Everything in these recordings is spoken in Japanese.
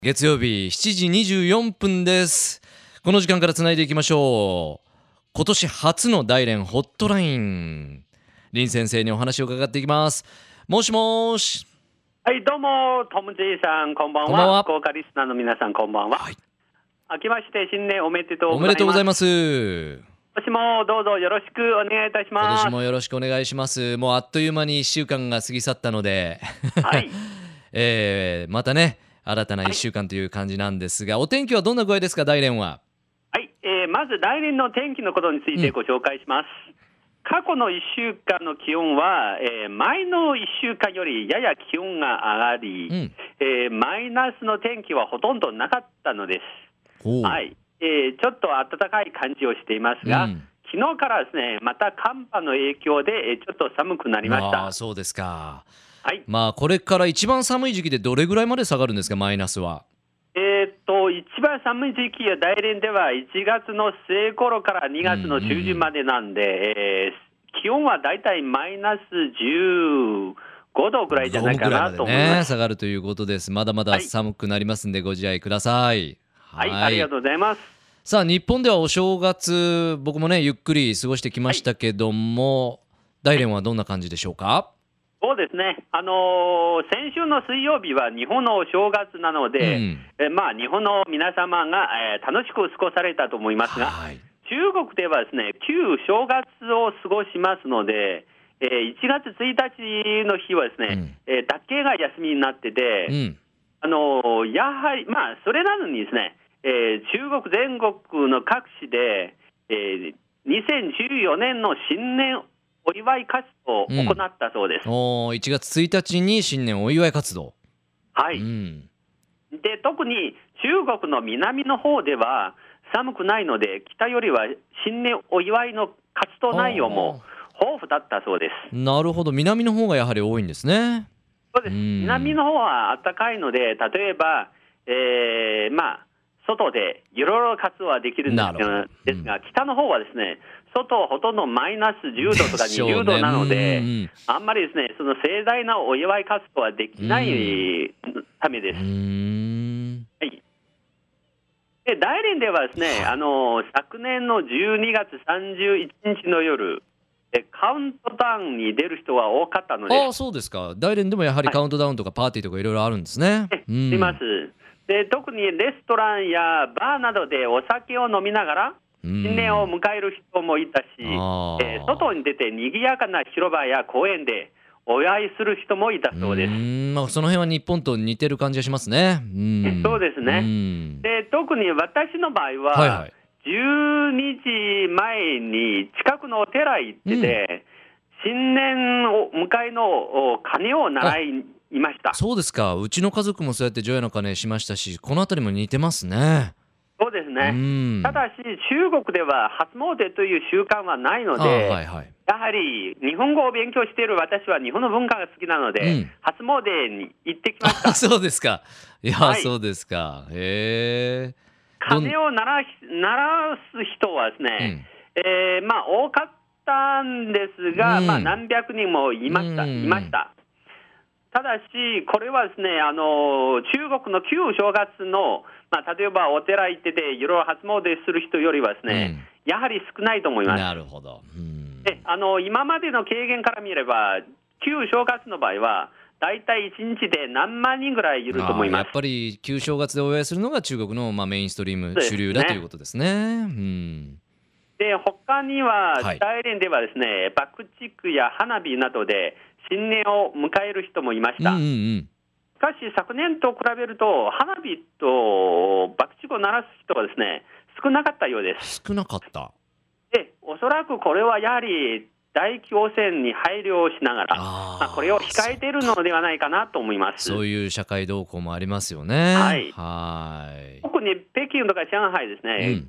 月曜日7時24分です。この時間からつないでいきましょう。今年初の大連ホットライン、林先生にお話を伺っていきます。もしもし。 はい、どうも、トム・ジェイさん、こんばんは。 こんばんは。 福岡リスナーの皆さん、こんばんは。はい、明けまして新年おめでとうございます。 おめでとうございます。 今年もどうぞよろしくお願いいたします。 今年もよろしくお願いします。もうあっという間に1週間が過ぎ去ったので、 はいまたね、新たな1週間という感じなんですが、お天気はどんな具合ですか、大連は。 はい、まず大連の天気のことについてご紹介します。過去の1週間の気温は、前の1週間よりやや気温が上がり、マイナスの天気はほとんどなかったのです。はい、ちょっと暖かい感じをしていますが、昨日からですね、また寒波の影響でちょっと寒くなりました。 そうですか。 はい、 まあこれから一番寒い時期でどれぐらいまで下がるんですか、マイナスは。 一番寒い時期は大連では1月の末頃から2月の中旬までなんで、気温はだいたいマイナス15度ぐらいじゃないかなと思います。 下がるということです。まだまだ寒くなりますんでご自愛ください。 はい、ありがとうございます。 さあ、日本ではお正月、僕もねゆっくり過ごしてきましたけども、大連はどんな感じでしょうか。 そうですね、先週の水曜日は日本のお正月なので、日本の皆様が、楽しく過ごされたと思いますが、中国ではですね、旧正月を過ごしますので、1月1日の日はですね、だけが休みになってて、やはり、それなのにですね、中国全国の各地で、2014年の新年お祝い活動を行ったそうです。 1月1日に新年お祝い活動。 はい、で特に中国の南の方では寒くないので、北よりは新年お祝いの活動内容も豊富だったそうです。 なるほど、南の方がやはり多いんですね。 そうです。南の方は暖かいので、例えば、外でいろいろ活動はできるんですが、北の方はですね、外はほとんどマイナス10度とか20度なので、あんまりですね、その盛大なお祝い活動はできないためです。で大連ではですね、昨年の12月31日の夜、カウントダウンに出る人は多かったので。 そうですか。大連でもやはりカウントダウンとかパーティーとかいろいろあるんですね。 います。で特にレストランやバーなどでお酒を飲みながら新年を迎える人もいたし、外に出て賑やかな広場や公園でお祝いする人もいたそうです。 その辺は日本と似てる感じがしますね。 そうですね。で特に私の場合は、12時前に近くのお寺行ってて、新年を迎えの鐘を習いました。 そうですか。うちの家族もそうやって除夜の鐘しましたし、このあたりも似てますね。 そうですね。ただし中国では初詣という習慣はないので、やはり日本語を勉強している私は日本の文化が好きなので、初詣に行ってきました。 そうですか。いや、そうですか。 鐘を鳴らす人はですね、多かったんですが、何百人もいました。ただし、これはですね、中国の旧正月の、例えばお寺行ってていろいろ初詣する人よりはですね、やはり少ないと思います。 なるほど。 で今までの経験から見れば、旧正月の場合はだいたい1日で何万人ぐらいいると思います。 やっぱり旧正月でお祝いするのが中国のメインストリーム主流だということですね。 で他には大連ではですね、爆竹や花火などで新年を迎える人もいました。しかし昨年と比べると花火と爆竹を鳴らす人がですね、少なかったようです。 少なかった。 でおそらくこれはやはり大気汚染に配慮をしながら、これを控えているのではないかなと思います。 そういう社会動向もありますよね。 特に北京とか上海ですね、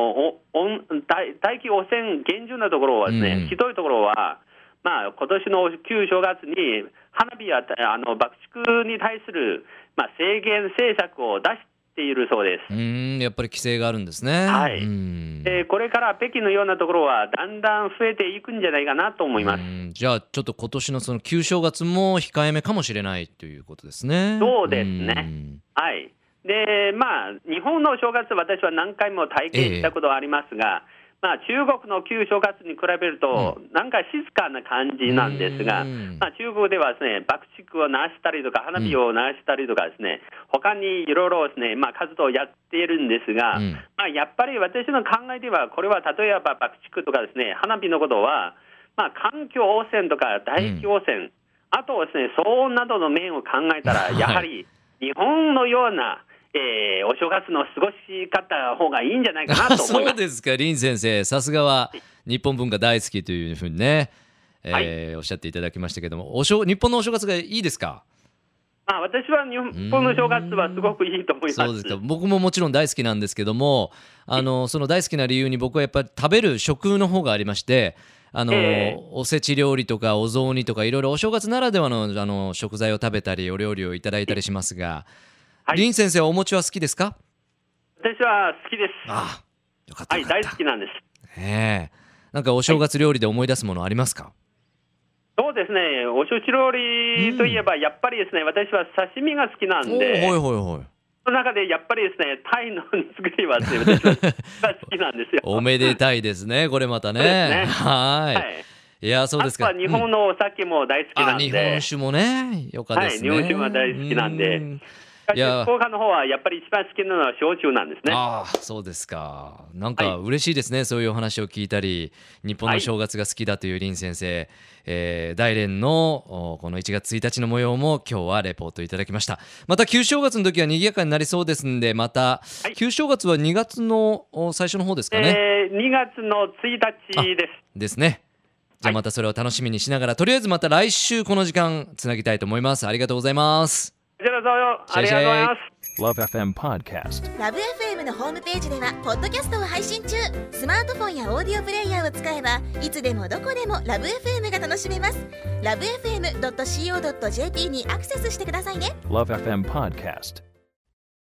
大気汚染厳重なところはですね、ひどいところは、今年の旧正月に花火や爆竹に対する、制限政策を出しているそうです。 やっぱり規制があるんですね。 これから北京のようなところはだんだん増えていくんじゃないかなと思います。 じゃあちょっと今年のその旧正月も控えめかもしれないということですね。 そうですね。 で、日本のお正月、私は何回も体験したことはありますが、中国の旧正月に比べると、なんか静かな感じなんですが、中国ではですね、爆竹を鳴らしたりとか、花火を鳴らしたりとかですね、他にいろいろですね、活動をやっているんですが、やっぱり私の考えでは、これは例えば爆竹とかですね、花火のことは、環境汚染とか大気汚染、あとはですね、騒音などの面を考えたら、やはり日本のような、お正月の過ごし方方がいいんじゃないかなと思います。 そうですか、林先生、さすがは日本文化大好きというふうにね、おっしゃっていただきましたけども、日本のお正月がいいですか？ 私は日本の正月はすごくいいと思います。 そうですか。僕ももちろん大好きなんですけども、その大好きな理由に僕はやっぱり食べる食の方がありまして、おせち料理とかお雑煮とかいろいろお正月ならではの、食材を食べたりお料理をいただいたりしますが、林先生はお餅は好きですか？ 私は好きです。 よかったよかった。 大好きなんです。 なんかお正月料理で思い出すものありますか？ そうですね、お正月料理といえばやっぱりですね、私は刺身が好きなんで、その中でやっぱりですね、タイの煮作りはですね、私は好きなんですよ。 おめでたいですね、これまたね。いや、そうですか。 あとは日本のお酒も大好きなんで、 日本酒もね、よかったですね。 日本酒も大好きなんで、福岡の方はやっぱり一番好きなのは焼酎なんですね。 そうですか。なんか嬉しいですね、そういうお話を聞いたり、日本の正月が好きだという林先生、大連のこの1月1日の模様も今日はレポートいただきました。また旧正月の時は賑やかになりそうですんで、また、旧正月は2月の最初の方ですかね。 2月の1日です。 ですね。じゃあまたそれを楽しみにしながら、とりあえずまた来週この時間つなぎたいと思います。ありがとうございます。 こちらこそありがとうございます。 LoveFM Podcast。 LoveFM のホームページではポッドキャストを配信中。スマートフォンやオーディオプレイヤーを使えばいつでもどこでも LoveFM が楽しめます。LoveFM.co.jp にアクセスしてくださいね。 LoveFM Podcast。